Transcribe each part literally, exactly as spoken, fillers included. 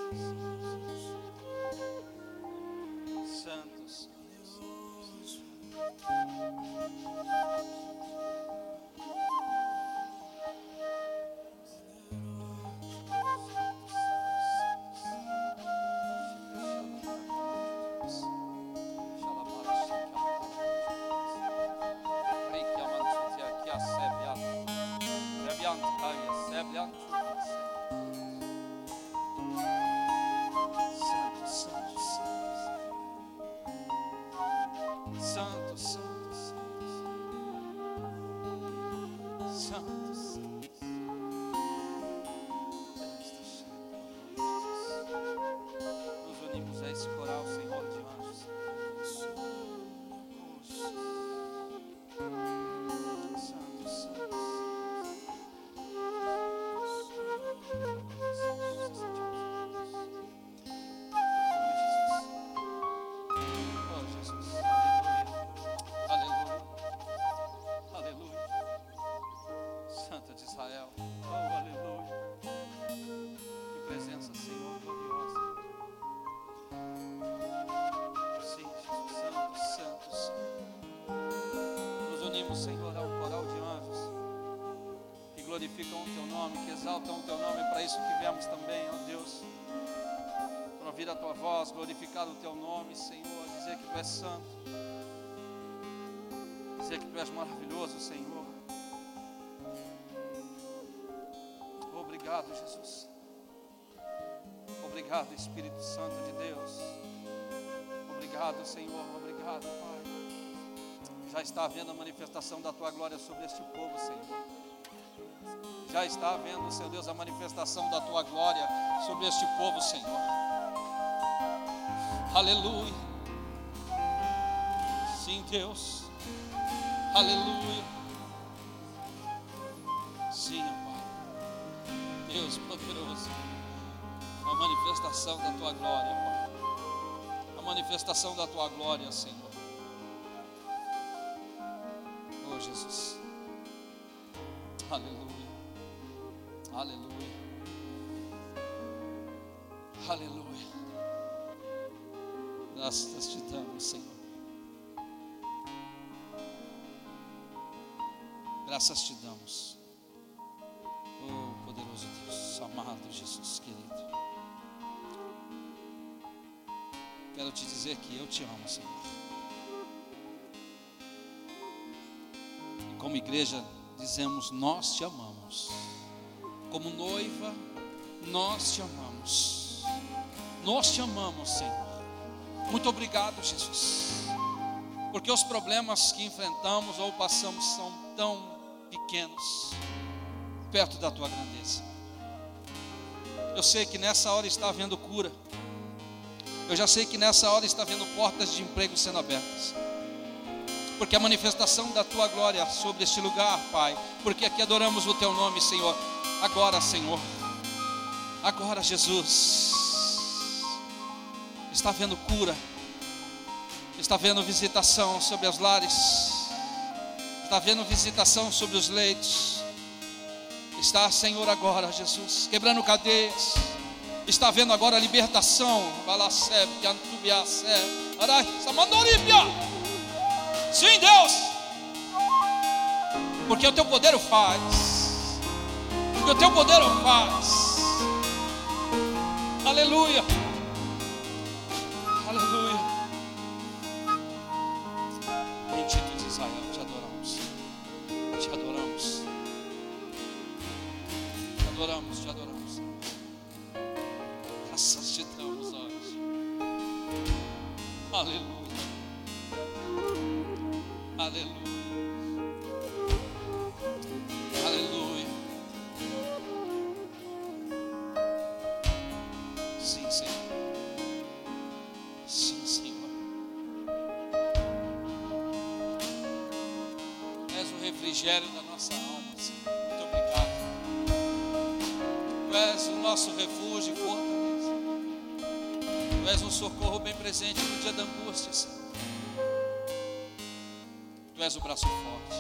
Santos. Senhor, ao coral de anjos que glorificam o teu nome, que exaltam o teu nome. Para isso que viemos também, ó Deus, para ouvir a tua voz, glorificar o teu nome, Senhor, dizer que tu és santo, dizer que tu és maravilhoso, Senhor. Obrigado, Jesus. Obrigado, Espírito Santo de Deus. Obrigado, Senhor. Obrigado, Pai. Já está havendo a manifestação da tua glória sobre este povo, Senhor. Já está havendo, Senhor Deus, a manifestação da tua glória sobre este povo, Senhor. Aleluia. Sim, Deus. Aleluia. Sim, Pai. Deus poderoso. A manifestação da tua glória, Pai. A manifestação da tua glória, Senhor. Oh, Jesus. Aleluia. Aleluia. Aleluia. Graças te damos, Senhor. Graças te damos. Oh, poderoso Deus, amado Jesus querido. Quero te dizer que eu te amo, Senhor. E como igreja dizemos, nós te amamos. Como noiva, nós te amamos. Nós te amamos, Senhor. Muito obrigado, Jesus. Porque os problemas que enfrentamos ou passamos são tão pequenos perto da tua grandeza. Eu sei que nessa hora está havendo cura. Eu já sei que nessa hora está havendo portas de emprego sendo abertas. Porque a manifestação da tua glória sobre este lugar, Pai. Porque aqui adoramos o teu nome, Senhor. Agora, Senhor. Agora, Jesus. Está havendo cura. Está havendo visitação sobre as lares. Está havendo visitação sobre os leitos. Está, Senhor, agora, Jesus, quebrando cadeias. Está havendo agora libertação. Sim, Deus. Porque o teu poder o faz. Porque o teu poder o faz. Aleluia. Aleluia. Bendito de Israel, te adoramos. Te adoramos. Te adoramos, te adoramos. Graças te damos hoje. Aleluia. Aleluia. Aleluia. Sim, Senhor. Sim, Senhor. És o refrigério da nossa alma, Senhor. Muito obrigado. Tu és o nosso refúgio e fortaleza. Tu és um socorro bem presente no dia da angústia, Senhor. Tu és o braço forte.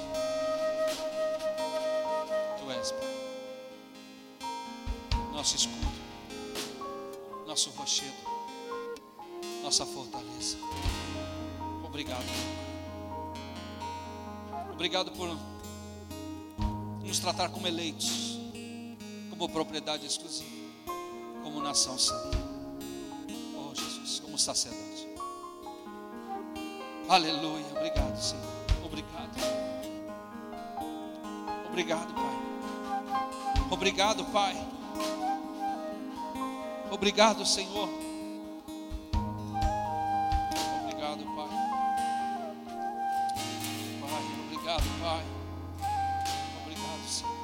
Tu és, Pai, nosso escudo, nosso rochedo, nossa fortaleza. Obrigado. Obrigado por nos tratar como eleitos, como propriedade exclusiva, como nação santa. Oh Jesus, como sacerdote. Aleluia. Obrigado, Senhor. Obrigado. Obrigado, Pai. Obrigado, Pai. Obrigado, Senhor. Obrigado, Pai. Pai, obrigado, Pai. Obrigado, Senhor.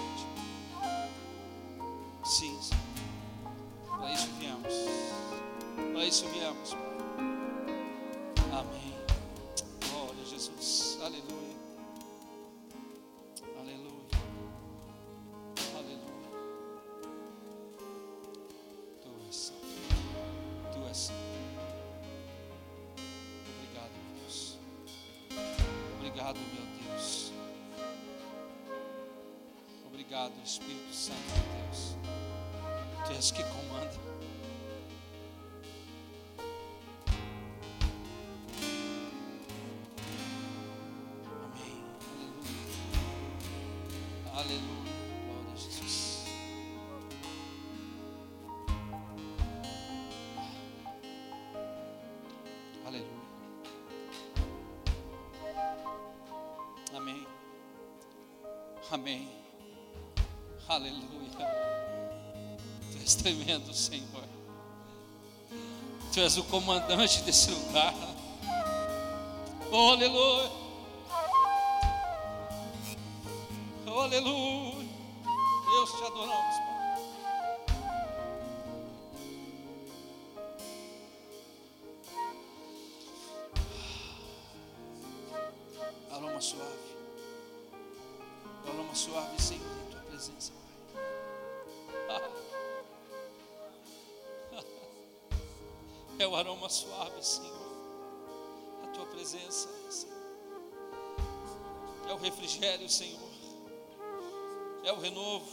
Sim, Senhor. Para isso viemos. Para isso viemos, Pai. Amém. Glória a Jesus. Aleluia. Aleluia. Aleluia. Tu és santo. Tu és santo. Obrigado, meu Deus. Obrigado, meu Deus. Obrigado, Espírito Santo de Deus. Tu és que comanda. Aleluia, glória a Jesus. Aleluia. Amém. Amém. Aleluia. Tu és tremendo, Senhor. Tu és o comandante desse lugar. Oh, aleluia. Oh, aleluia. Deus, te adoramos, Pai. Aroma suave. Aroma suave, Senhor, em tua presença, Pai. É o aroma suave, Senhor. A tua presença, Senhor. É o refrigério, Senhor. É o renovo.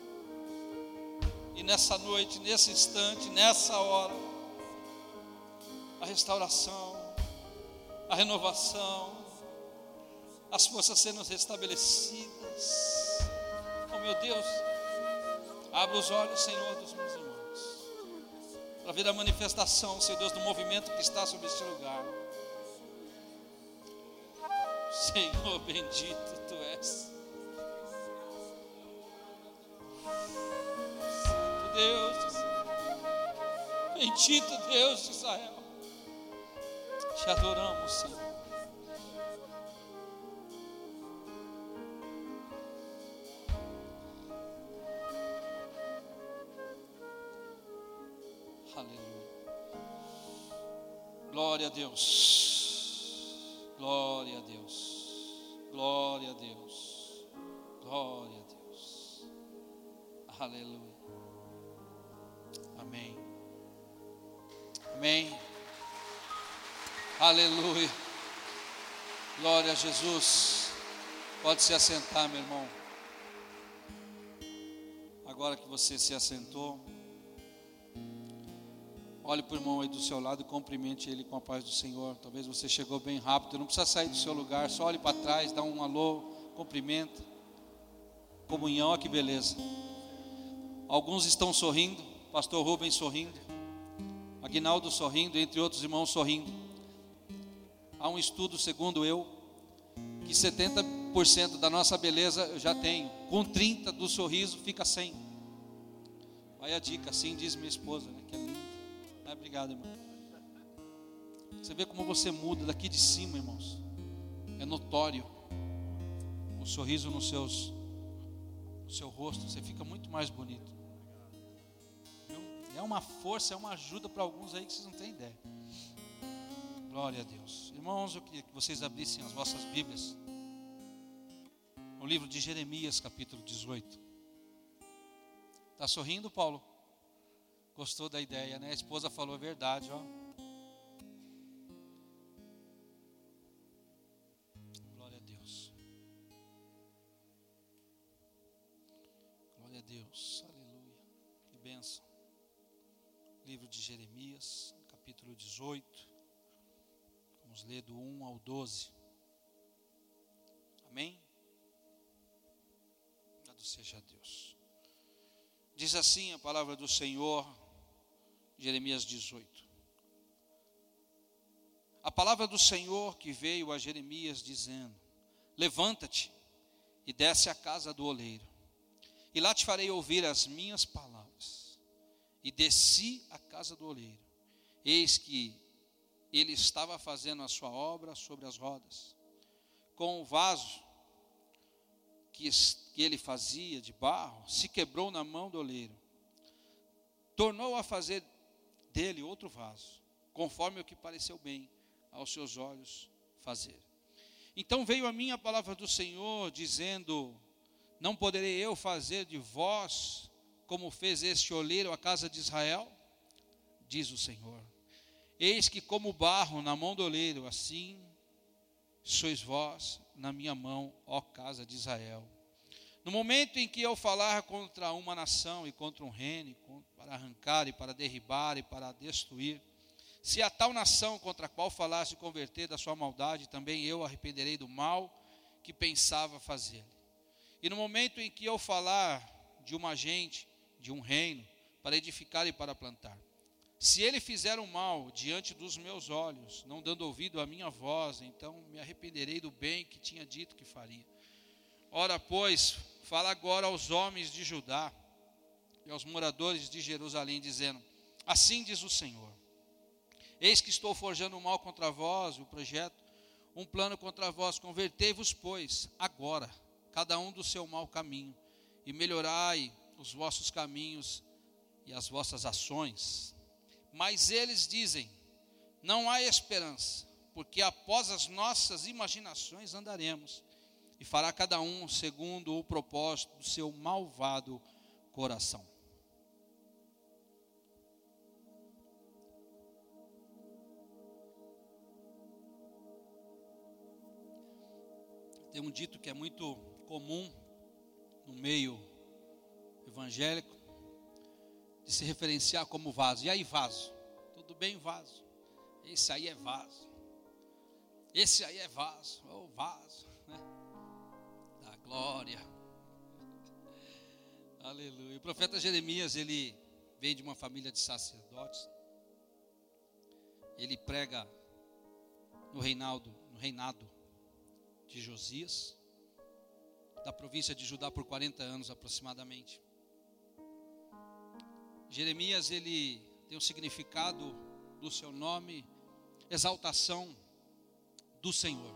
E nessa noite, nesse instante, nessa hora, a restauração, a renovação, as forças sendo restabelecidas. Oh, meu Deus, abre os olhos, Senhor, dos meus irmãos, para ver a manifestação, Senhor Deus, do movimento que está sobre este lugar. Senhor, bendito Tu és. Deus de Israel. Bendito Deus de Israel. Te adoramos, Senhor. Aleluia. Glória a Deus. Glória a Deus. Glória a Deus. Glória a Deus. Aleluia. Amém. Amém. Aleluia. Glória a Jesus. Pode se assentar, meu irmão. Agora que você se assentou, olhe para o irmão aí do seu lado e cumprimente ele com a paz do Senhor. Talvez você chegou bem rápido, não precisa sair do seu lugar, só olhe para trás, dá um alô, cumprimenta. Comunhão, olha que beleza. Alguns estão sorrindo. Pastor Rubens sorrindo, Aguinaldo sorrindo, entre outros irmãos sorrindo. Há um estudo, segundo eu, que setenta por cento da nossa beleza eu já tenho. Com trinta por cento do sorriso fica cem. Aí a dica, assim diz minha esposa, né, que é linda. Ah, obrigado, irmão. Você vê como você muda daqui de cima, irmãos. É notório o sorriso nos seus, no seu rosto. Você fica muito mais bonito. É uma força, é uma ajuda para alguns aí que vocês não têm ideia. Glória a Deus. Irmãos, eu queria que vocês abrissem as vossas Bíblias no livro de Jeremias, capítulo dezoito. Está sorrindo, Paulo? Gostou da ideia, né? A esposa falou a verdade, ó. Glória a Deus. Glória a Deus. Aleluia. Que bênção. livro de Jeremias, capítulo dezoito. Vamos ler do um ao doze. Amém? Louvado seja Deus. Diz assim a palavra do Senhor, Jeremias dezoito. A palavra do Senhor que veio a Jeremias dizendo: levanta-te e desce à casa do oleiro, e lá te farei ouvir as minhas palavras. E desci à casa do oleiro. Eis que ele estava fazendo a sua obra sobre as rodas. Com o vaso que ele fazia de barro, se quebrou na mão do oleiro. Tornou a fazer dele outro vaso, conforme o que pareceu bem aos seus olhos fazer. Então veio a mim a palavra do Senhor, dizendo: não poderei eu fazer de vós como fez este oleiro à casa de Israel? Diz o Senhor: eis que como barro na mão do oleiro, assim sois vós na minha mão, ó casa de Israel. No momento em que eu falar contra uma nação e contra um reino, para arrancar e para derribar e para destruir, se a tal nação contra a qual falar se converter da sua maldade, também eu arrependerei do mal que pensava fazer. E no momento em que eu falar de uma gente, de um reino, para edificar e para plantar, se ele fizer o mal diante dos meus olhos, não dando ouvido à minha voz, então me arrependerei do bem que tinha dito que faria. Ora, pois, fala agora aos homens de Judá e aos moradores de Jerusalém, dizendo: assim diz o Senhor: eis que estou forjando um mal contra vós, o projeto, um plano contra vós. Convertei-vos, pois, agora, cada um do seu mau caminho, e melhorai os vossos caminhos e as vossas ações. Mas eles dizem: não há esperança, porque após as nossas imaginações andaremos, e fará cada um segundo o propósito do seu malvado coração. Tem um dito que é muito comum no meio evangélico, de se referenciar como vaso. E aí, vaso? Tudo bem, vaso? Esse aí é vaso. Esse aí é vaso. Oh, vaso, né? Da glória. Aleluia. O profeta Jeremias, ele vem de uma família de sacerdotes. Ele prega no reinado, no reinado de Josias, da província de Judá, por quarenta anos aproximadamente. Jeremias, ele tem o significado do seu nome, exaltação do Senhor.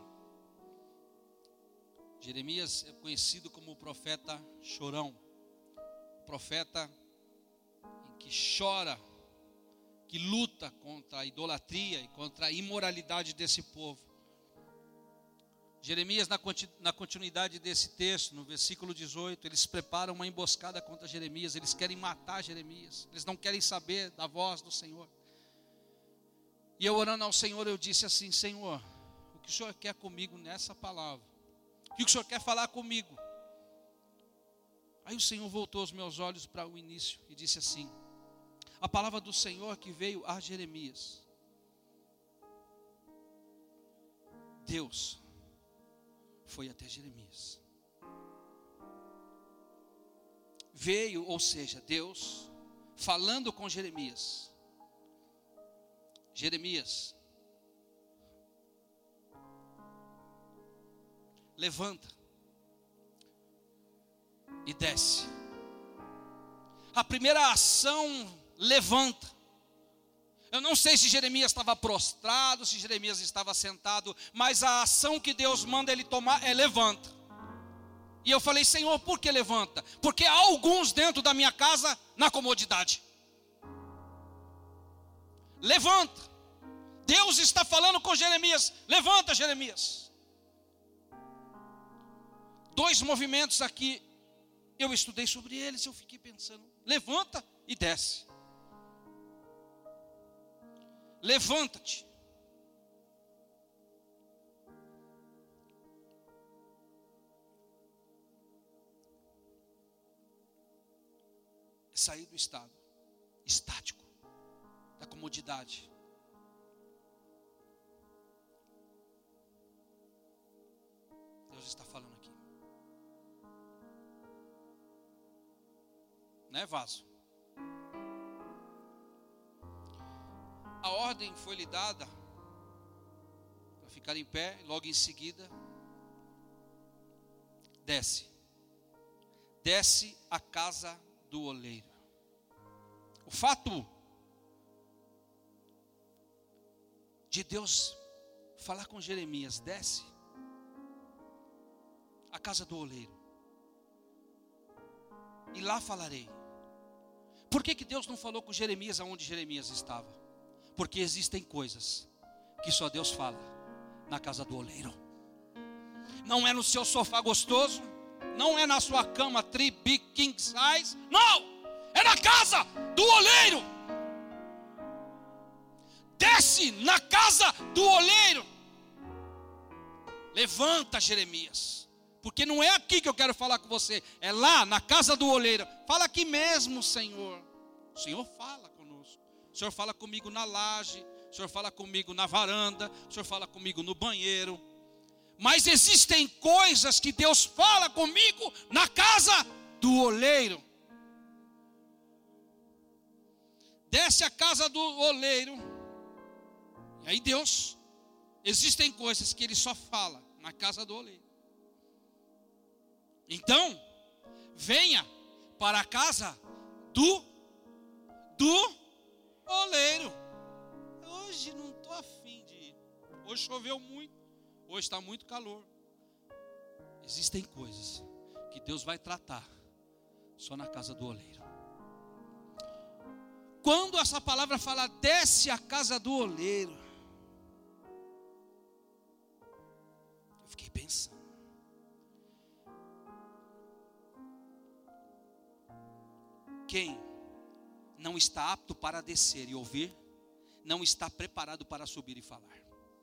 Jeremias é conhecido como o profeta chorão, profeta em que chora, que luta contra a idolatria e contra a imoralidade desse povo. Jeremias, na continuidade desse texto, no versículo dezoito, eles preparam uma emboscada contra Jeremias. Eles querem matar Jeremias, eles não querem saber da voz do Senhor. E eu orando ao Senhor, eu disse assim: Senhor, o que o Senhor quer comigo nessa palavra? O que o Senhor quer falar comigo? Aí o Senhor voltou os meus olhos para o início e disse assim: a palavra do Senhor que veio a Jeremias. Deus foi até Jeremias. Veio, ou seja, Deus falando com Jeremias. Jeremias, levanta e desce. A primeira ação, levanta. Eu não sei se Jeremias estava prostrado, se Jeremias estava sentado, mas a ação que Deus manda ele tomar é levanta. E eu falei: Senhor, por que levanta? Porque há alguns dentro da minha casa na comodidade. Levanta. Deus está falando com Jeremias. Levanta, Jeremias. Dois movimentos aqui, eu estudei sobre eles, eu fiquei pensando: levanta e desce. Levanta-te. Sair do estado estático. da comodidade. Deus está falando aqui. Né, vaso? A ordem foi lhe dada para ficar em pé, e logo em seguida, desce. Desce a casa do oleiro. O fato de Deus falar com Jeremias, desce a casa do oleiro, e lá falarei. Por que que Deus não falou com Jeremias aonde Jeremias estava? Porque existem coisas que só Deus fala na casa do oleiro. Não é no seu sofá gostoso, não é na sua cama tri, big, king size, não, é na casa do oleiro. Desce na casa do oleiro. Levanta, Jeremias, porque não é aqui que eu quero falar com você, é lá na casa do oleiro. Fala aqui mesmo, Senhor. O Senhor fala conosco. O Senhor fala comigo na laje, o Senhor fala comigo na varanda, o Senhor fala comigo no banheiro. Mas existem coisas que Deus fala comigo na casa do oleiro. Desce a casa do oleiro. E aí Deus, existem coisas que Ele só fala na casa do oleiro. Então, venha para a casa do, do oleiro. Hoje não estou afim de ir. Hoje choveu muito. Hoje está muito calor. Existem coisas que Deus vai tratar só na casa do oleiro. Quando essa palavra fala, desce a casa do oleiro, eu fiquei pensando. Quem não está apto para descer e ouvir, não está preparado para subir e falar.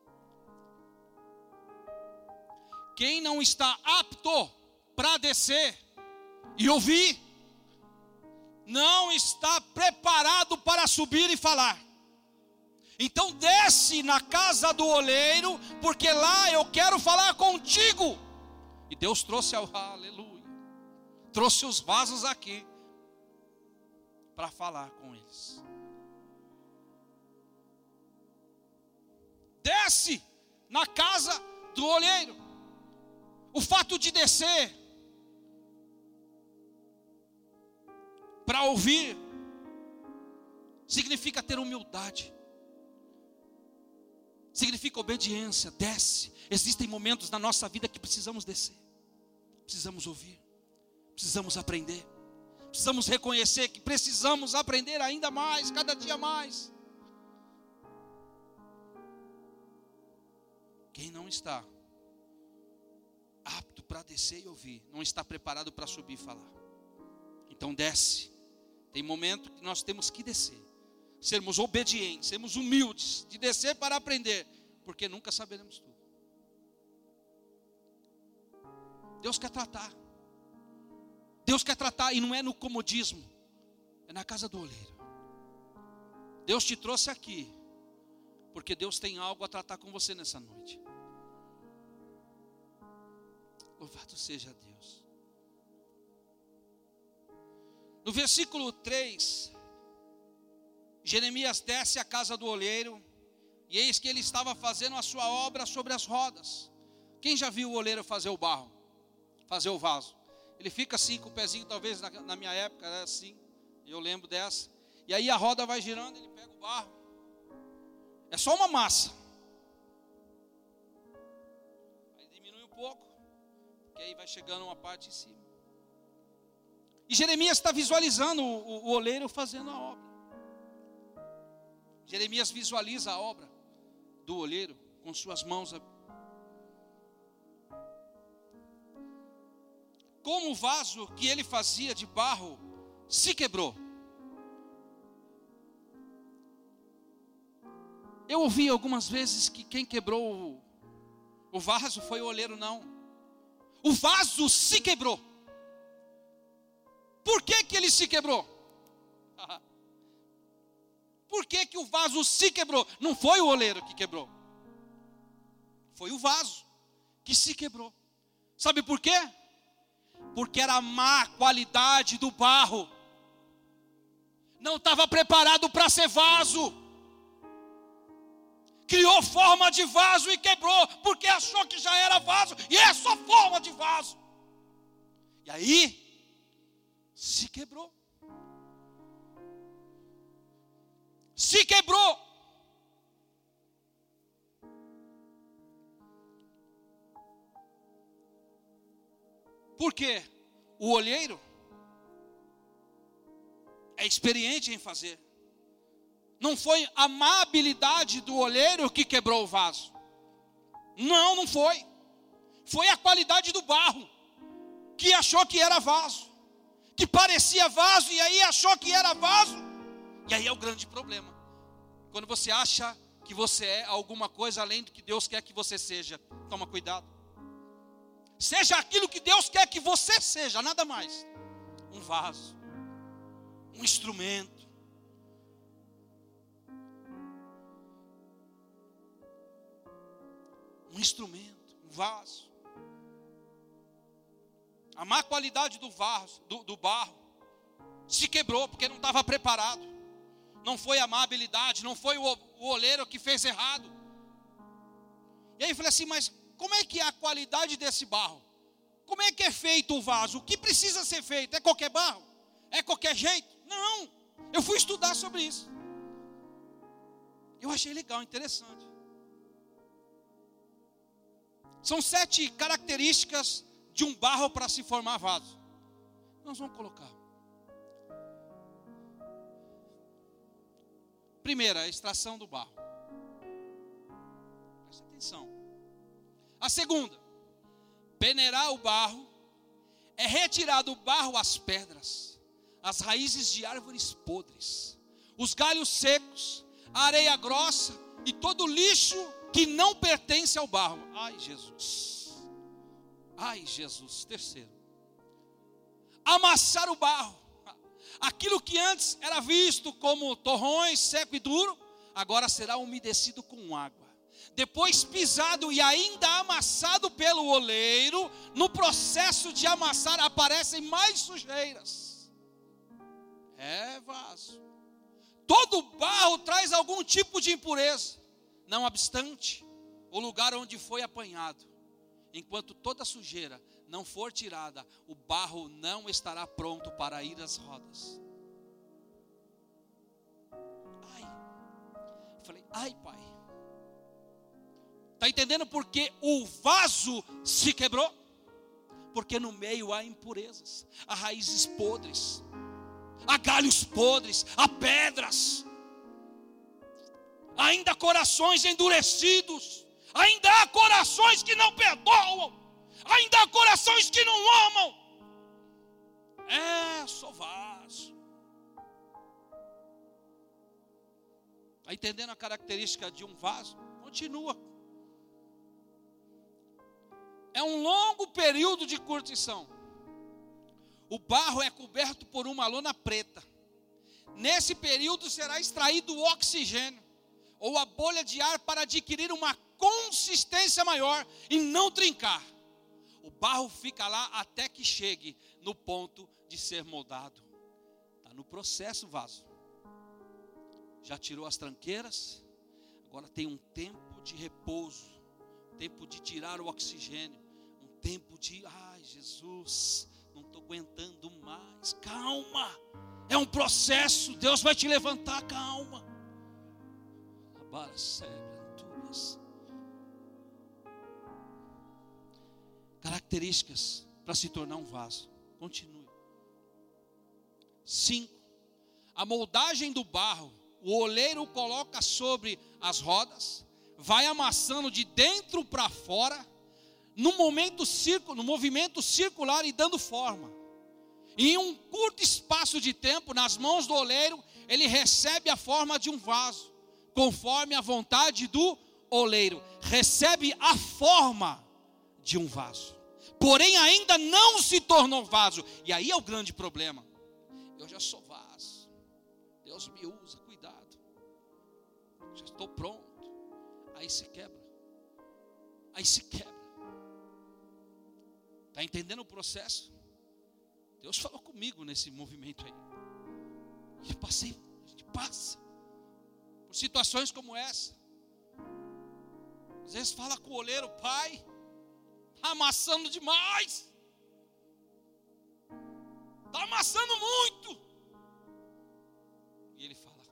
Quem não está apto para descer e ouvir, não está preparado para subir e falar. Então desce na casa do oleiro, porque lá eu quero falar contigo. E Deus trouxe, aleluia, trouxe os vasos aqui para falar com eles. Desce na casa do oleiro. O fato de descer para ouvir significa ter humildade, significa obediência. Desce. Existem momentos na nossa vida que precisamos descer, precisamos ouvir, precisamos aprender, precisamos reconhecer que precisamos aprender ainda mais, cada dia mais. Quem não está apto para descer e ouvir, não está preparado para subir e falar. Então desce. Tem momento que nós temos que descer, sermos obedientes, sermos humildes, de descer para aprender, porque nunca saberemos tudo. Deus quer tratar. Deus quer tratar, e não é no comodismo, é na casa do oleiro. Deus te trouxe aqui porque Deus tem algo a tratar com você nessa noite. Louvado seja Deus. No versículo três, Jeremias desce à casa do oleiro, e eis que ele estava fazendo a sua obra sobre as rodas. Quem já viu o oleiro fazer o barro, fazer o vaso? Ele fica assim com o pezinho, talvez na, na minha época era assim, eu lembro dessa. E aí a roda vai girando, ele pega o barro. É só uma massa. Aí diminui um pouco, porque aí vai chegando uma parte em cima. E Jeremias está visualizando o, o, o oleiro fazendo a obra. Jeremias visualiza a obra do oleiro com suas mãos. Como o vaso que ele fazia de barro se quebrou. Eu ouvi algumas vezes que quem quebrou o, o vaso foi o oleiro, não. O vaso se quebrou. Por que que ele se quebrou? Por que que o vaso se quebrou? Não foi o oleiro que quebrou. Foi o vaso que se quebrou. Sabe por quê? Porque era a má qualidade do barro. Não estava preparado para ser vaso. Criou forma de vaso e quebrou, porque achou que já era vaso, e é só forma de vaso. E aí, se quebrou. Se quebrou. Por quê? O olheiro é experiente em fazer. Não foi a má habilidade do olheiro que quebrou o vaso. Não, não foi. Foi a qualidade do barro, que achou que era vaso, que parecia vaso e aí achou que era vaso. E aí é o grande problema. Quando você acha que você é alguma coisa além do que Deus quer que você seja, toma cuidado. Seja aquilo que Deus quer que você seja, nada mais. Um vaso, um instrumento. Um instrumento, um vaso. A má qualidade do vaso, do, do barro, se quebrou porque não estava preparado. Não foi a má habilidade, não foi o, o oleiro que fez errado. E aí eu falei assim, mas como é que é a qualidade desse barro? Como é que é feito o vaso? O que precisa ser feito? É qualquer barro? É qualquer jeito? Não, eu fui estudar sobre isso. Eu achei legal, interessante. São sete características de um barro para se formar vaso. Nós vamos colocar. Primeira, a extração do barro. Presta atenção. A segunda, peneirar o barro é retirar do barro as pedras, as raízes de árvores podres, os galhos secos, a areia grossa e todo o lixo que não pertence ao barro. Ai, Jesus. Ai, Jesus. Terceiro, amassar o barro. Aquilo que antes era visto como torrões, seco e duro, agora será umedecido com água. Depois pisado e ainda amassado pelo oleiro, no processo de amassar aparecem mais sujeiras. É vaso. Todo barro traz algum tipo de impureza. Não obstante, o lugar onde foi apanhado, enquanto toda sujeira não for tirada, o barro não estará pronto para ir às rodas. Ai, eu falei, ai pai, está entendendo por que o vaso se quebrou? Porque no meio há impurezas, há raízes podres, há galhos podres, há pedras, ainda há corações endurecidos, ainda há corações que não perdoam, ainda há corações que não amam. É, sou vaso. Está entendendo a característica de um vaso? Continua. É um longo período de curtição. O barro é coberto por uma lona preta. Nesse período será extraído o oxigênio, ou a bolha de ar, para adquirir uma consistência maior e não trincar. O barro fica lá até que chegue no ponto de ser moldado. Está no processo, vaso. Já tirou as tranqueiras, agora tem um tempo de repouso, tempo de tirar o oxigênio, um tempo de, ai Jesus, não estou aguentando mais. Calma, é um processo, Deus vai te levantar, calma. Características para se tornar um vaso. Continue. Cinco, a moldagem do barro. O oleiro coloca sobre as rodas, vai amassando de dentro para fora, no, momento circo, no movimento circular e dando forma. Em um curto espaço de tempo, nas mãos do oleiro, ele recebe a forma de um vaso, conforme a vontade do oleiro. Recebe a forma de um vaso, porém ainda não se tornou vaso. E aí é o grande problema. Eu já sou vaso, Deus me usa, cuidado. já estou pronto. Aí se quebra. Aí se quebra. Está entendendo o processo? Deus falou comigo nesse movimento aí. E passei, a gente passa por situações como essa. Às vezes fala com o oleiro, pai, está amassando demais. Está amassando muito. E ele fala,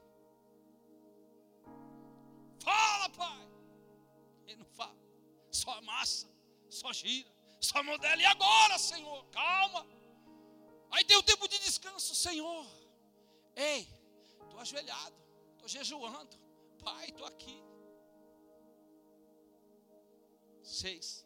fala, pai. Ele não fala, só amassa, só gira, só modela. E agora, Senhor, calma. Aí tem o tempo de descanso, Senhor. Ei, estou ajoelhado, estou jejuando. Pai, estou aqui. Seis.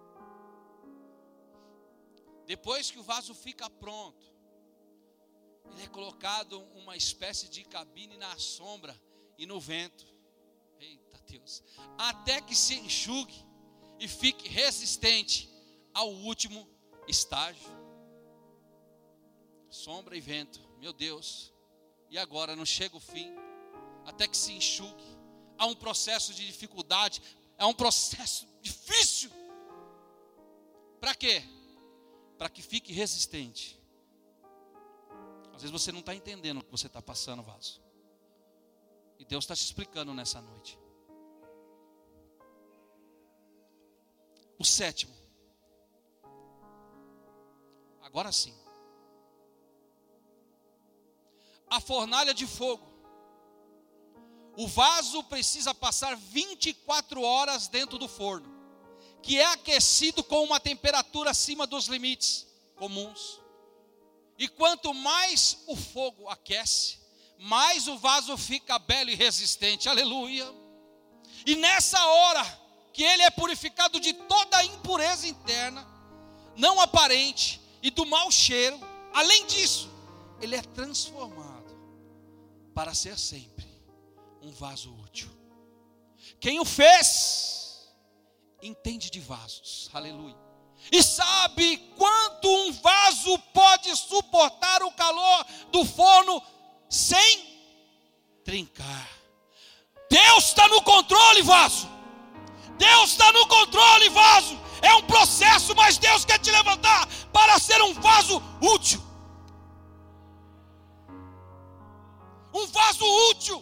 Depois que o vaso fica pronto, ele é colocado uma espécie de cabine na sombra e no vento. Eita Deus. Até que se enxugue e fique resistente ao último estágio. Sombra e vento, meu Deus. E agora não chega o fim, até que se enxugue. Há um processo de dificuldade, é um processo difícil. Para quê? Para que fique resistente. Às vezes você não está entendendo o que você está passando, vaso. E Deus está te explicando nessa noite. O sétimo. Agora sim. A fornalha de fogo. O vaso precisa passar vinte e quatro horas dentro do forno, que é aquecido com uma temperatura acima dos limites comuns. E quanto mais o fogo aquece, mais o vaso fica belo e resistente. Aleluia. E nessa hora que ele é purificado de toda a impureza interna, não aparente, e do mau cheiro, além disso, ele é transformado para ser sempre um vaso útil. Quem o fez entende de vasos, aleluia, e sabe quanto um vaso pode suportar o calor do forno sem trincar. Deus está no controle, vaso. Deus está no controle, vaso. É um processo, mas Deus quer te levantar para ser um vaso útil. Um vaso útil.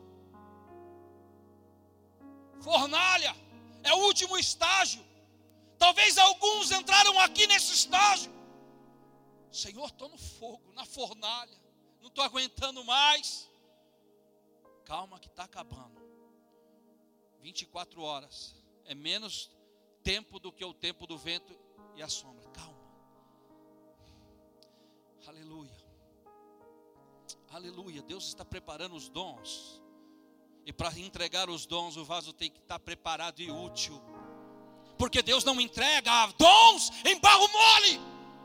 Fornalha é o último estágio. Talvez alguns entraram aqui nesse estágio. Senhor, estou no fogo, na fornalha. Não estou aguentando mais. Calma que está acabando. vinte e quatro horas. É menos tempo do que o tempo do vento e a sombra. Calma. Aleluia. Aleluia. Deus está preparando os dons. E para entregar os dons, o vaso tem que estar preparado e útil. Porque Deus não entrega dons em barro mole.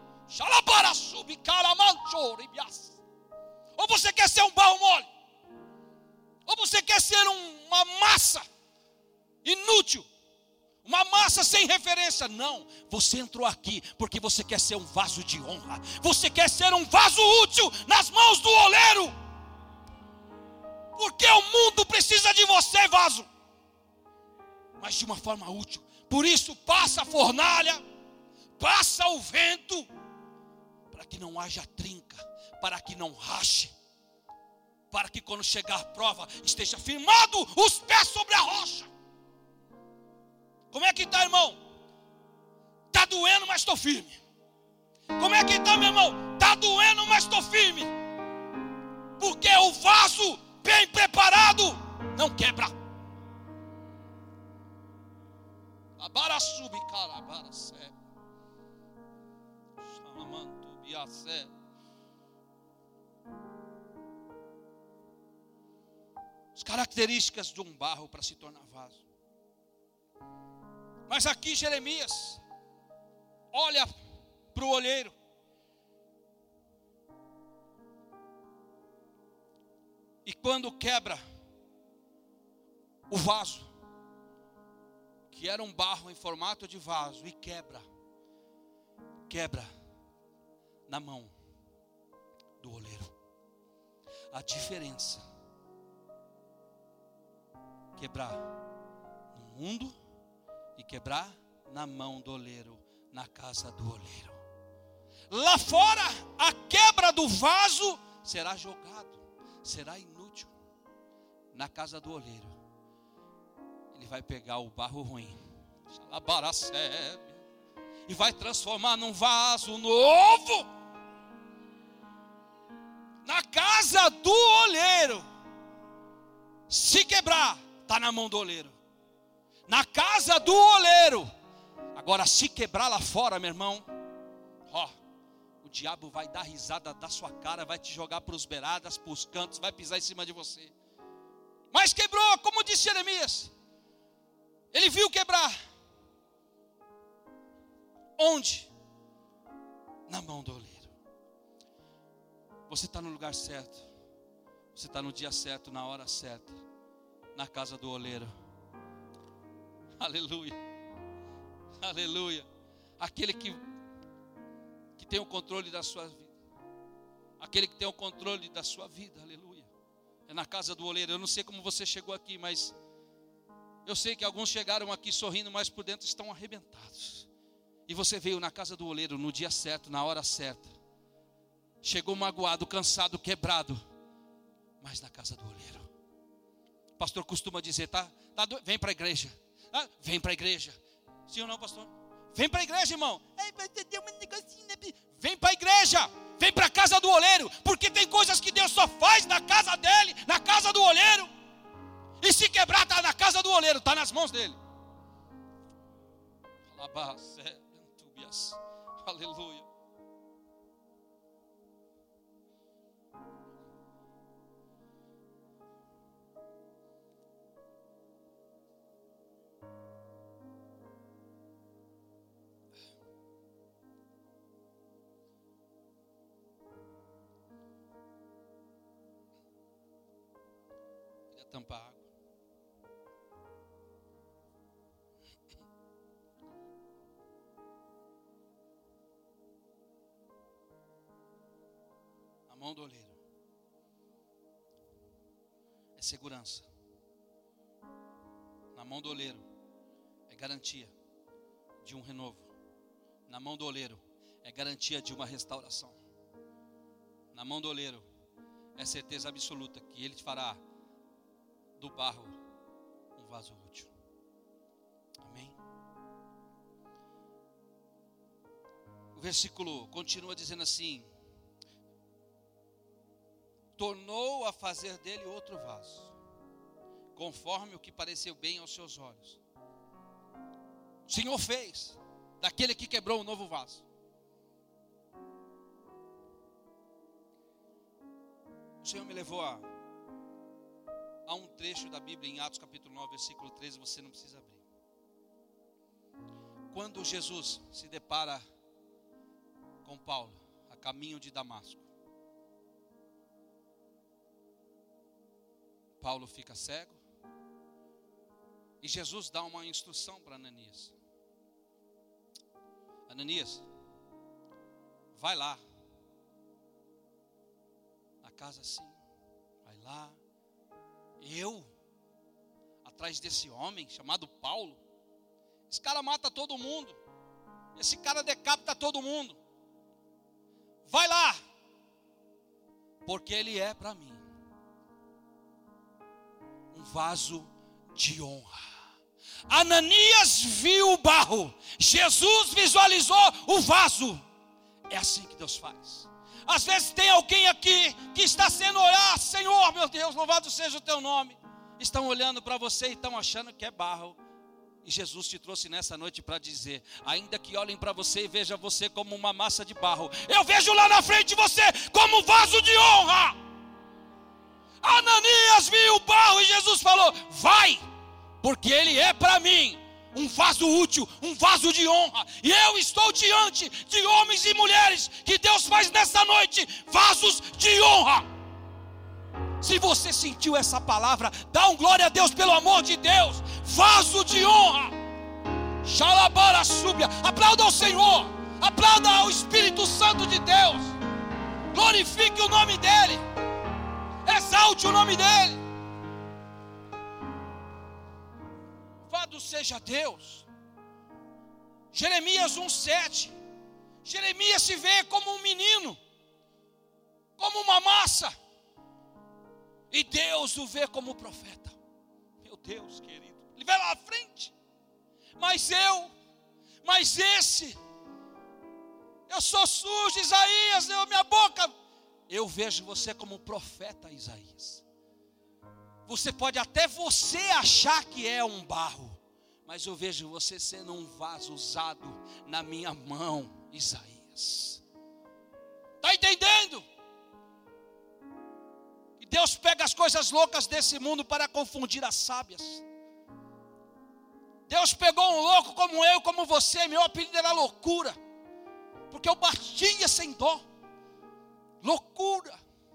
Ou você quer ser um barro mole, ou você quer ser um, uma massa inútil, uma massa sem referência. Não, você entrou aqui porque você quer ser um vaso de honra. Você quer ser um vaso útil nas mãos do oleiro. Porque o mundo precisa de você, vaso, mas de uma forma útil. Por isso passa a fornalha, passa o vento, para que não haja trinca, para que não rache, para que quando chegar a prova esteja firmado os pés sobre a rocha. Como é que está, irmão? Está doendo, mas estou firme. Como é que está, meu irmão? Está doendo, mas estou firme. Porque o vaso bem preparado não quebra. Abaraçubi carabaracé. Chamamantu biacé. As características de um barro para se tornar vaso. Mas aqui Jeremias olha para o olheiro. E quando quebra o vaso, que era um barro em formato de vaso, e quebra, quebra na mão do oleiro. A diferença quebrar no mundo e quebrar na mão do oleiro, na casa do oleiro. Lá fora, a quebra do vaso será jogado, será inútil. Na casa do oleiro, ele vai pegar o barro ruim e vai transformar num vaso novo. Na casa do oleiro, se quebrar, está na mão do oleiro. Na casa do oleiro. Agora, se quebrar lá fora, meu irmão, ó, o diabo vai dar risada da sua cara, vai te jogar para os beiradas, para os cantos, vai pisar em cima de você. Mas quebrou, como disse Jeremias. Ele viu quebrar. Onde? Na mão do oleiro. Você está no lugar certo. Você está no dia certo, na hora certa. Na casa do oleiro. Aleluia. Aleluia. Aquele que, que tem o controle da sua vida. Aquele que tem o controle da sua vida. Aleluia. É na casa do oleiro. Eu não sei como você chegou aqui, mas eu sei que alguns chegaram aqui sorrindo, mas por dentro estão arrebentados. E você veio na casa do oleiro no dia certo, na hora certa. Chegou magoado, cansado, quebrado, mas na casa do oleiro. O pastor costuma dizer, tá? tá do... Vem para a igreja. Ah, vem para a igreja. Sim ou não, pastor? Vem para a igreja, irmão. Vem para a igreja. Vem para a casa do oleiro. Porque tem coisas que Deus só faz na casa dele, na casa do oleiro. E se quebrar, está na casa do oleiro, está nas mãos dele. Aleluia. Queria tampar a água. Mão do oleiro é segurança. Na mão do oleiro é garantia de um renovo. Na mão do oleiro é garantia de uma restauração. Na mão do oleiro é certeza absoluta que ele te fará do barro um vaso útil. Amém? O versículo continua dizendo assim: tornou a fazer dele outro vaso, conforme o que pareceu bem aos seus olhos. O Senhor fez daquele que quebrou um novo vaso. O Senhor me levou a, a um trecho da Bíblia em Atos capítulo nove, versículo treze, você não precisa abrir. Quando Jesus se depara com Paulo, a caminho de Damasco, Paulo fica cego e Jesus dá uma instrução para Ananias. Ananias, vai lá, na casa assim, vai lá. Eu, atrás desse homem chamado Paulo, esse cara mata todo mundo, esse cara decapita todo mundo. Vai lá, porque ele é para mim um vaso de honra. Ananias viu o barro, Jesus visualizou o vaso. É assim que Deus faz. Às vezes tem alguém aqui que está sendo olhar, Senhor, meu Deus, louvado seja o teu nome. Estão olhando para você e estão achando que é barro. E Jesus te trouxe nessa noite para dizer: ainda que olhem para você e vejam você como uma massa de barro, eu vejo lá na frente você como vaso de honra. Ananias viu o barro e Jesus falou: vai, porque ele é para mim um vaso útil, um vaso de honra. E eu estou diante de homens e mulheres que Deus faz nessa noite vasos de honra. Se você sentiu essa palavra, dá um glória a Deus, pelo amor de Deus. Vaso de honra. Xalabara súbia. Aplauda ao Senhor, aplauda ao Espírito Santo de Deus. Glorifique o nome dEle, exalte o nome dEle. seja Deus. Jeremias um, sete. Jeremias se vê como um menino, como uma massa, e Deus o vê como profeta. Meu Deus querido, ele vai lá à frente. Mas eu, mas esse, eu sou sujo, Isaías, eu, minha boca. Eu vejo você como profeta, Isaías. Você pode até você achar que é um barro, mas eu vejo você sendo um vaso usado na minha mão, Isaías. Está entendendo? E Deus pega as coisas loucas desse mundo para confundir as sábias. Deus pegou um louco como eu, como você. Meu apelido era loucura, porque eu batia sem dó. Loucura.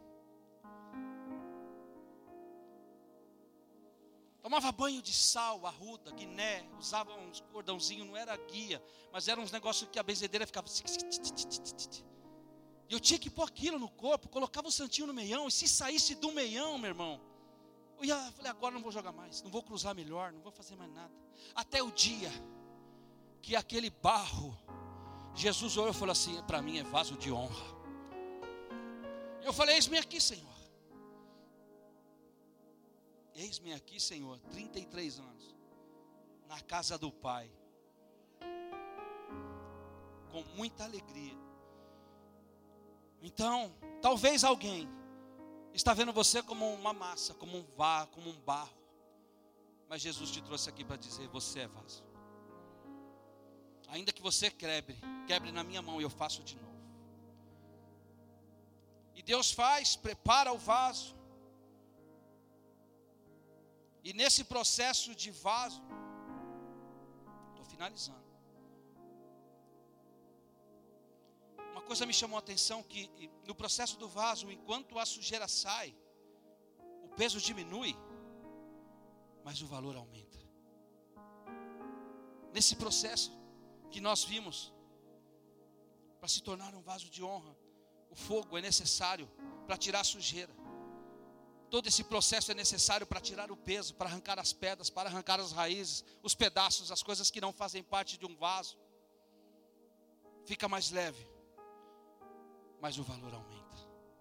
Tomava banho de sal, arruda, guiné, usava uns cordãozinhos, não era guia, mas eram uns negócios que a benzedeira ficava. E eu tinha que pôr aquilo no corpo, colocava o santinho no meião, e se saísse do meião, meu irmão, eu ia, falei, agora não vou jogar mais, não vou cruzar melhor, não vou fazer mais nada. Até o dia que aquele barro, Jesus olhou e falou assim, para mim é vaso de honra. Eu falei, eis-me aqui, Senhor. Eis-me aqui, Senhor, trinta e três anos, na casa do Pai, com muita alegria. Então, talvez alguém está vendo você como uma massa, como um vaso, como um barro, mas Jesus te trouxe aqui para dizer, você é vaso. Ainda que você quebre, quebre na minha mão e eu faço de novo. E Deus faz, prepara o vaso. E nesse processo de vaso, estou finalizando. Uma coisa me chamou a atenção, que no processo do vaso, enquanto a sujeira sai, o peso diminui, mas o valor aumenta. Nesse processo que nós vimos, para se tornar um vaso de honra, o fogo é necessário para tirar a sujeira. Todo esse processo é necessário para tirar o peso, para arrancar as pedras, para arrancar as raízes, os pedaços, as coisas que não fazem parte de um vaso. Fica mais leve, mas o valor aumenta.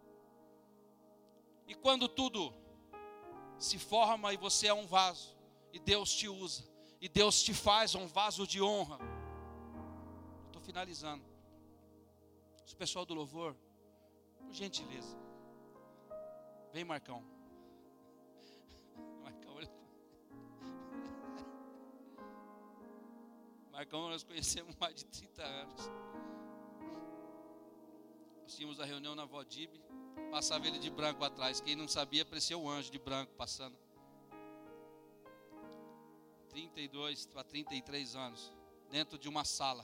E quando tudo se forma e você é um vaso, e Deus te usa, e Deus te faz um vaso de honra. Estou finalizando. O pessoal do louvor, por gentileza, vem, Marcão. Marcão, Marcão, nós conhecemos mais de trinta anos. Nós tínhamos a reunião na Vodib, passava ele de branco atrás. Quem não sabia, apareceu um anjo de branco passando. trinta e dois para trinta e três anos, dentro de uma sala,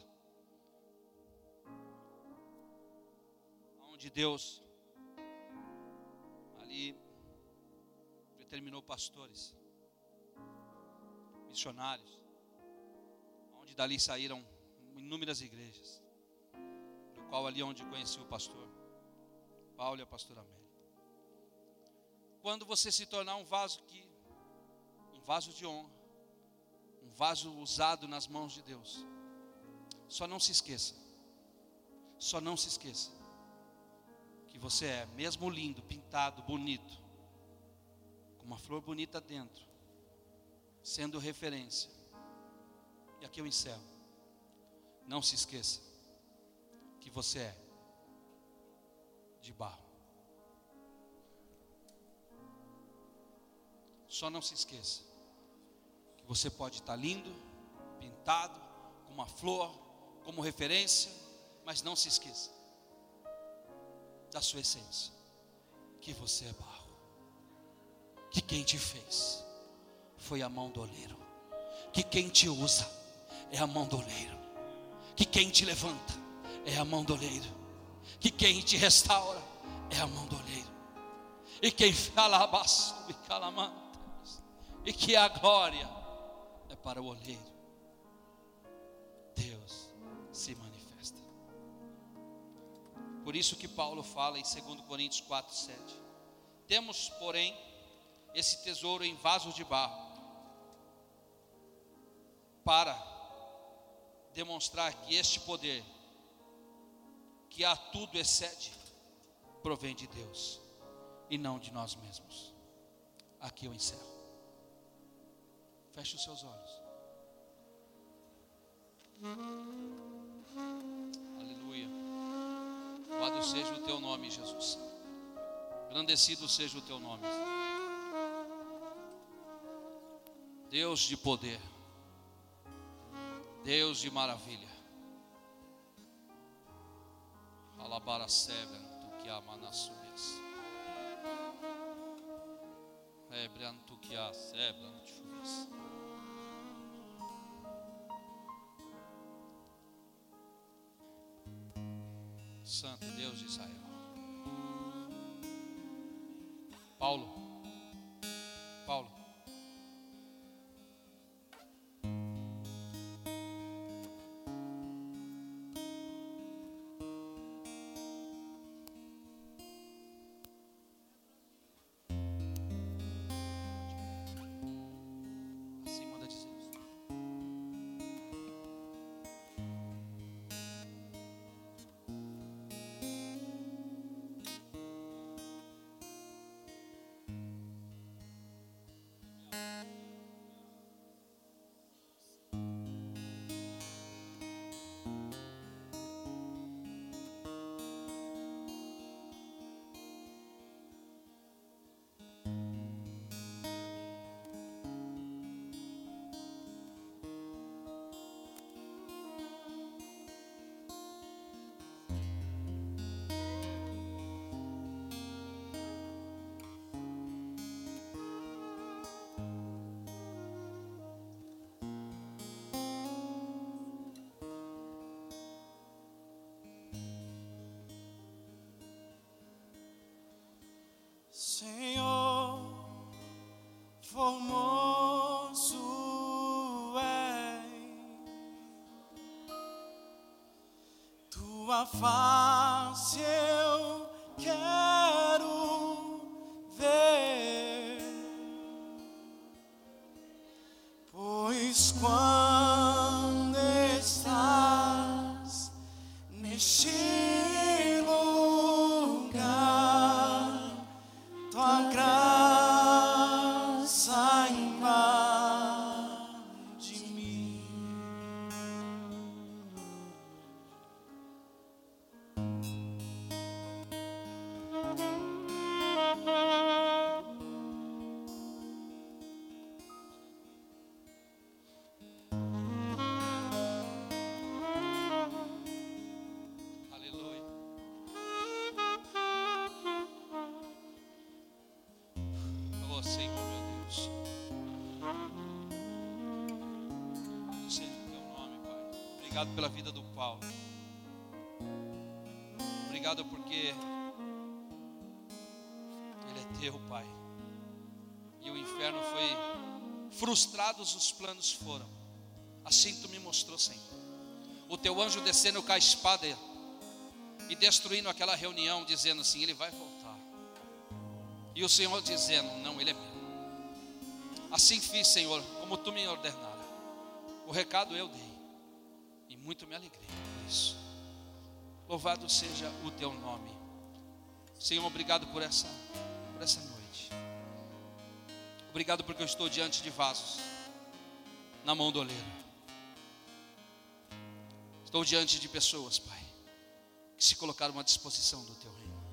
onde Deus ali determinou pastores, missionários, onde dali saíram inúmeras igrejas, no qual ali onde conheci o pastor Paulo e a pastora Amélia. Quando você se tornar um vaso que, um vaso de honra, um vaso usado nas mãos de Deus, só não se esqueça, só não se esqueça, que você é, mesmo lindo, pintado, bonito, com uma flor bonita dentro, sendo referência. E aqui eu encerro. Não se esqueça que você é de barro. Só não se esqueça que você pode estar lindo, pintado, com uma flor, como referência, mas não se esqueça da sua essência, que você é barro, que quem te fez foi a mão do oleiro, que quem te usa é a mão do oleiro, que quem te levanta é a mão do oleiro, que quem te restaura é a mão do oleiro, e quem fala abaixo e calamantas, e que a glória é para o oleiro. Deus se manifesta. Por isso que Paulo fala em dois Coríntios quatro, sete. Temos, porém, esse tesouro em vasos de barro, para demonstrar que este poder, que a tudo excede, provém de Deus e não de nós mesmos. Aqui eu encerro. Feche os seus olhos. Aleluia. Louvado seja o teu nome, Jesus. Engrandecido seja o teu nome. Deus de poder, Deus de maravilha. Alabara seven, tu que ama nas suas. Ebran tu que a sebran chuvas. Santo Deus de Israel. Paulo, Paulo. Assim manda dizer. Senhor, formoso é tua face, eu quero ver, pois quando estás neste tua graça invade mim. Aleluia. Oh Senhor, meu Deus. Louvado seja o teu nome, Pai. Obrigado pela vida do Paulo. Obrigado porque ele é teu, Pai. E o inferno foi frustrados, os planos foram. Assim tu me mostrou, Senhor. O teu anjo descendo com a espada e destruindo aquela reunião, dizendo assim: ele vai voltar. E o Senhor dizendo: não, ele é meu. Assim fiz, Senhor, como tu me ordenara. O recado eu dei e muito me alegrei por isso. Louvado seja o teu nome, Senhor. Obrigado por essa, por essa noite. Obrigado porque eu estou diante de vasos na mão do oleiro. Estou diante de pessoas, Pai, que se colocaram à disposição do teu reino.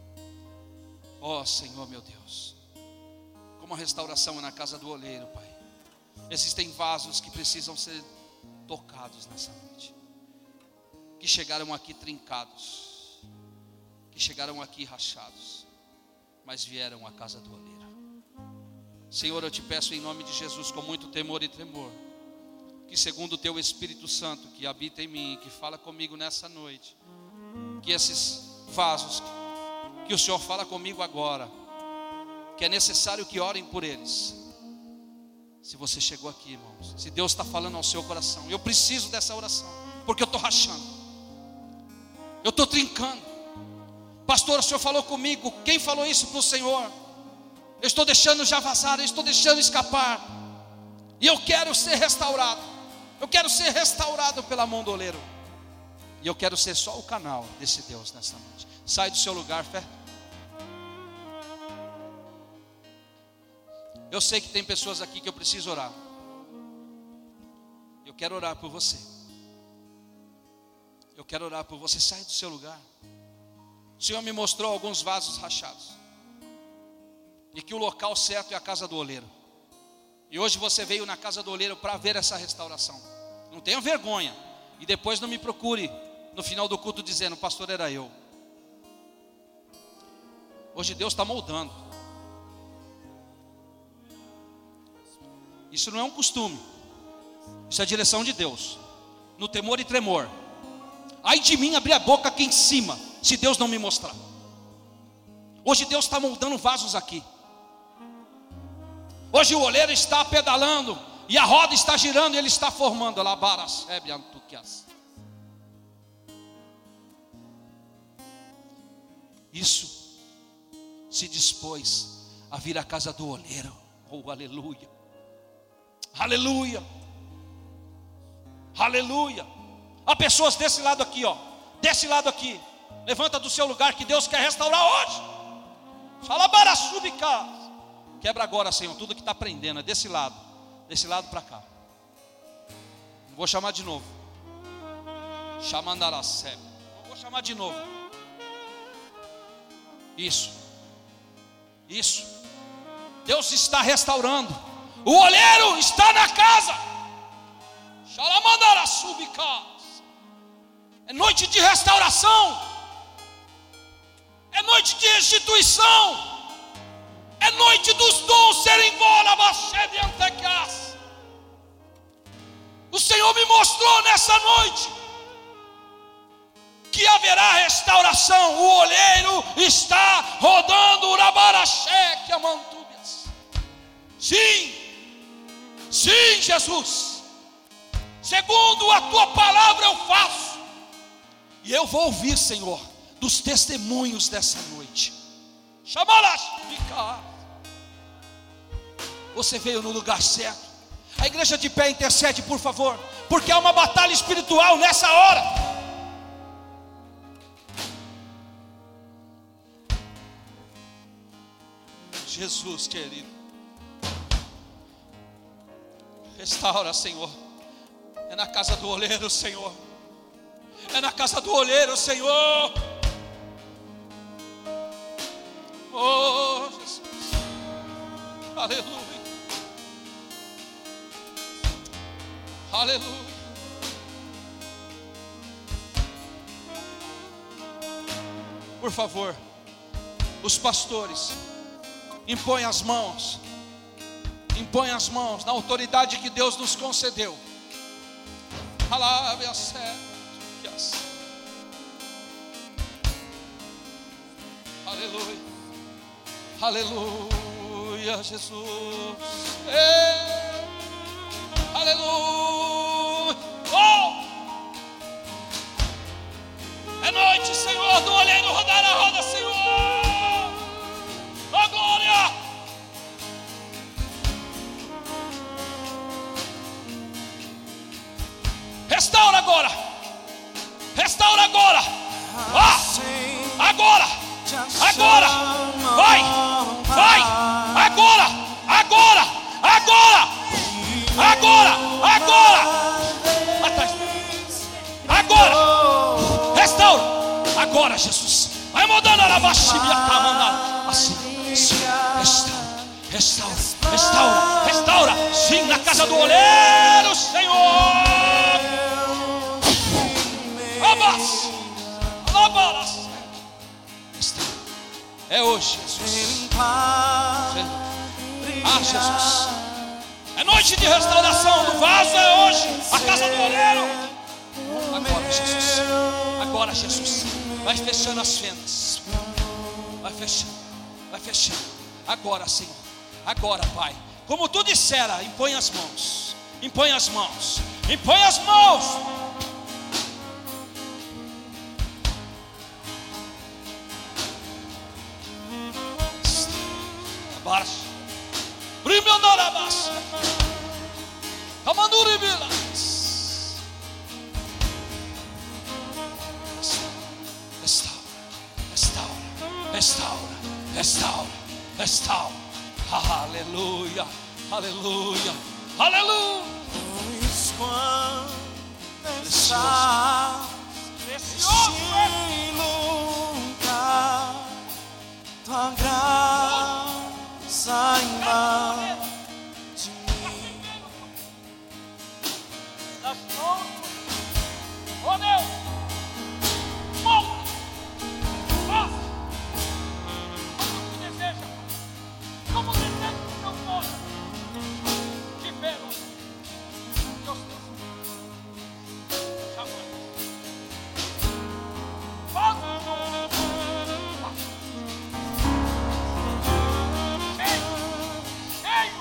Ó Senhor, meu Deus, como a restauração é na casa do oleiro, Pai. Existem vasos que precisam ser tocados nessa noite, que chegaram aqui trincados, que chegaram aqui rachados, mas vieram à casa do oleiro. Senhor, eu te peço em nome de Jesus, com muito temor e tremor, que segundo o teu Espírito Santo que habita em mim, que fala comigo nessa noite, que esses vasos que o Senhor fala comigo agora, que é necessário que orem por eles. Se você chegou aqui, irmãos, se Deus está falando ao seu coração, eu preciso dessa oração, porque eu estou rachando, eu estou trincando. Pastor, o Senhor falou comigo. Quem falou isso para o Senhor? Eu estou deixando já vazar, eu estou deixando escapar, e eu quero ser restaurado. Eu quero ser restaurado pela mão do oleiro. E eu quero ser só o canal desse Deus nesta noite. Sai do seu lugar, fé. Eu sei que tem pessoas aqui que eu preciso orar. Eu quero orar por você. Eu quero orar por você. Sai do seu lugar. O Senhor me mostrou alguns vasos rachados. E que o local certo é a casa do oleiro. E hoje você veio na casa do oleiro para ver essa restauração. Não tenha vergonha. E depois não me procure no final do culto dizendo: pastor, era eu. Hoje Deus está moldando. Isso não é um costume. Isso é a direção de Deus. No temor e tremor. Ai de mim abrir a boca aqui em cima, se Deus não me mostrar. Hoje Deus está moldando vasos aqui. Hoje o oleiro está pedalando e a roda está girando e ele está formando. Isso se dispôs a vir à casa do oleiro. Oh, aleluia. Aleluia. Aleluia. Há pessoas desse lado aqui, ó. Desse lado aqui. Levanta do seu lugar que Deus quer restaurar hoje. Quebra agora, Senhor, tudo que está prendendo. É desse lado. Desse lado para cá. Vou chamar de novo. Chamandaracebe. Vou chamar de novo. Isso. Isso. Deus está restaurando. O oleiro está na casa. É noite de restauração. É noite de restituição. É noite dos dons serem embora. O Senhor me mostrou nessa noite que haverá restauração. O olheiro está rodando. Sim. Sim, Jesus. Segundo a tua palavra eu faço. E eu vou ouvir, Senhor, dos testemunhos dessa noite. Você veio no lugar certo. A igreja de pé intercede, por favor, porque há uma batalha espiritual nessa hora. Jesus querido, restaura, Senhor. É na casa do oleiro, Senhor. É na casa do oleiro, Senhor. Oh, Jesus. Aleluia. Aleluia. Por favor, os pastores, impõem as mãos. Impõe as mãos na autoridade que Deus nos concedeu. Aleluia. Aleluia, Jesus. Ei. Aleluia. Oh! É noite, Senhor, do olheiro rodar a roda, Senhor. Oh, glória. Restaura agora. Restaura agora. Ah, agora. Agora. Vai. Vai. Agora. Agora. Agora. Agora. Agora. Atrás. Agora. Restaura. Agora, Jesus. Vai mudando a minha assim. Restaura. Restaura. Restaura. Restaura. Sim, na casa do oleiro, Senhor. Abas. Abas. É hoje, Jesus. Ah, Jesus. É noite de restauração do vaso, é hoje. A casa do oleiro. Agora, Jesus. Agora, Jesus. Vai fechando as fendas. Vai fechando. Vai fechando. Agora, Senhor. Agora, Pai. Como tu dissera, impõe as mãos. Impõe as mãos. Impõe as mãos. Baixa. Brimandorabas. Camanduribilas. restaura, restaura, restaura. Aleluia, aleluia, aleluia. Pois quando Precioso. estás neste lugar, tua graça invade mim. Das mãos, oh Deus, volta, faça, como tu deseja, como deseja o teu povo, de vê-lo, Deus Deus, chamando, faça, cheio, cheio,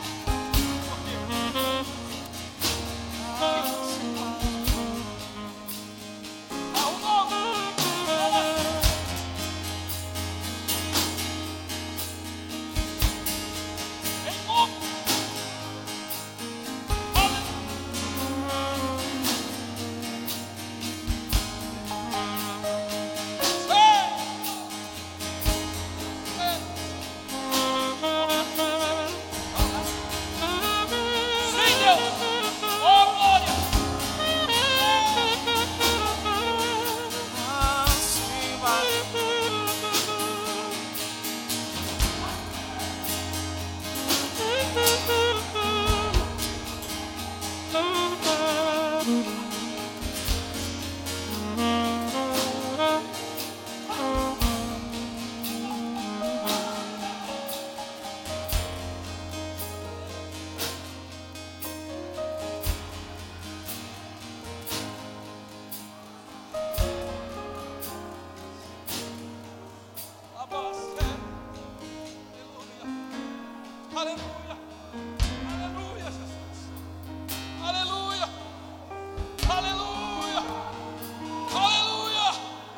aleluia, aleluia, Jesus, aleluia, aleluia, aleluia,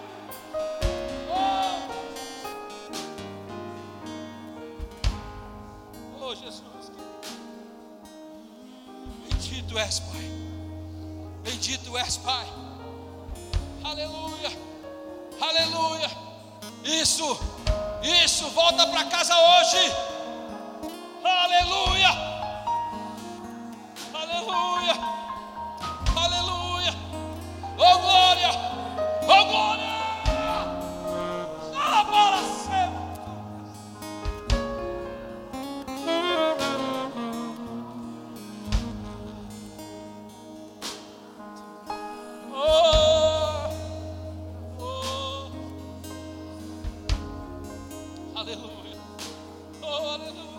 oh, oh Jesus, bendito és, Pai, bendito és, Pai, aleluia, aleluia, isso, isso, volta para casa hoje. Aleluia, aleluia, aleluia, oh glória, oh glória, a bola sempre. Oh, oh, aleluia, oh aleluia.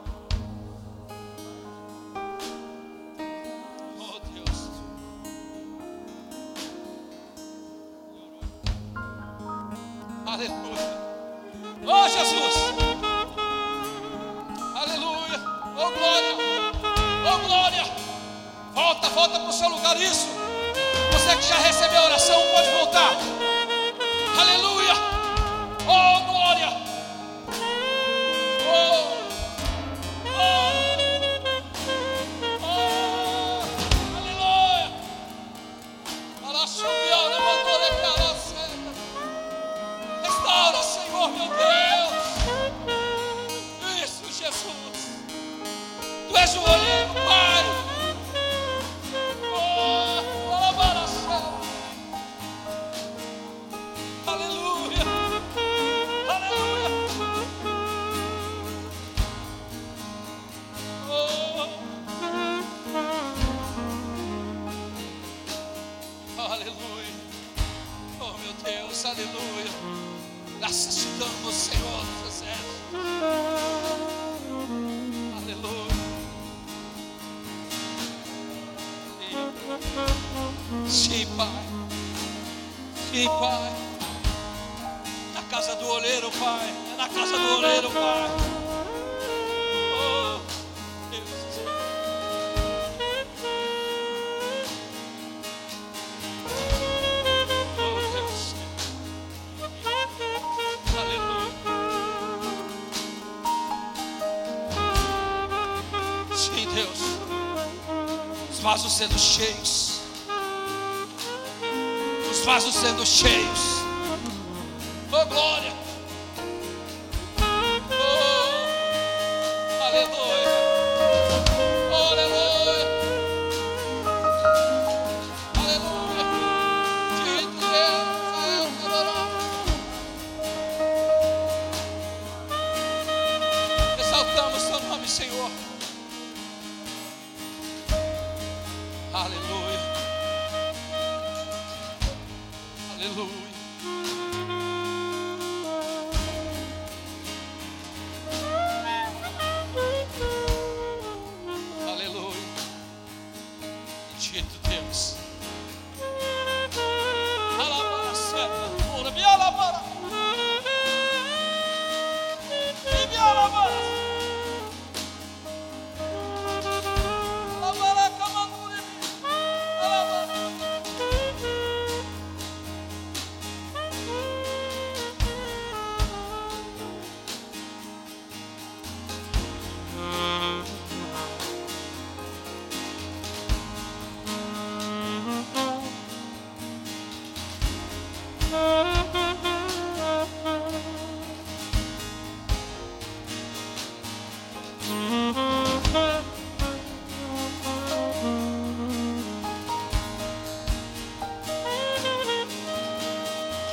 Aleluia, oh Jesus, aleluia, oh glória, oh glória, volta, volta para o seu lugar, isso, você que já recebeu a oração pode voltar, aleluia, oh glória, oh, oh, oh, aleluia, para subir, levantou, declarou, restaura, Senhor, meu Deus. Isso, Jesus. Tu és o olheiro, Pai. Oh, aleluia. Aleluia. Oh, aleluia. Oh, meu Deus, aleluia. Graças te damos, Senhor dos exércitos. Aleluia. Sim, Pai. Sim, Pai. Na casa do oleiro, Pai. É na casa do oleiro, Pai. Oh, Deus. Oh, Deus. Aleluia. Sim, Deus. Os vasos sendo cheios. Os vasos sendo cheios. Oh glória. Aleluia. Aleluia. Aleluia. Dito Deus. Exaltamos teu nome, Senhor. Aleluia. Aleluia.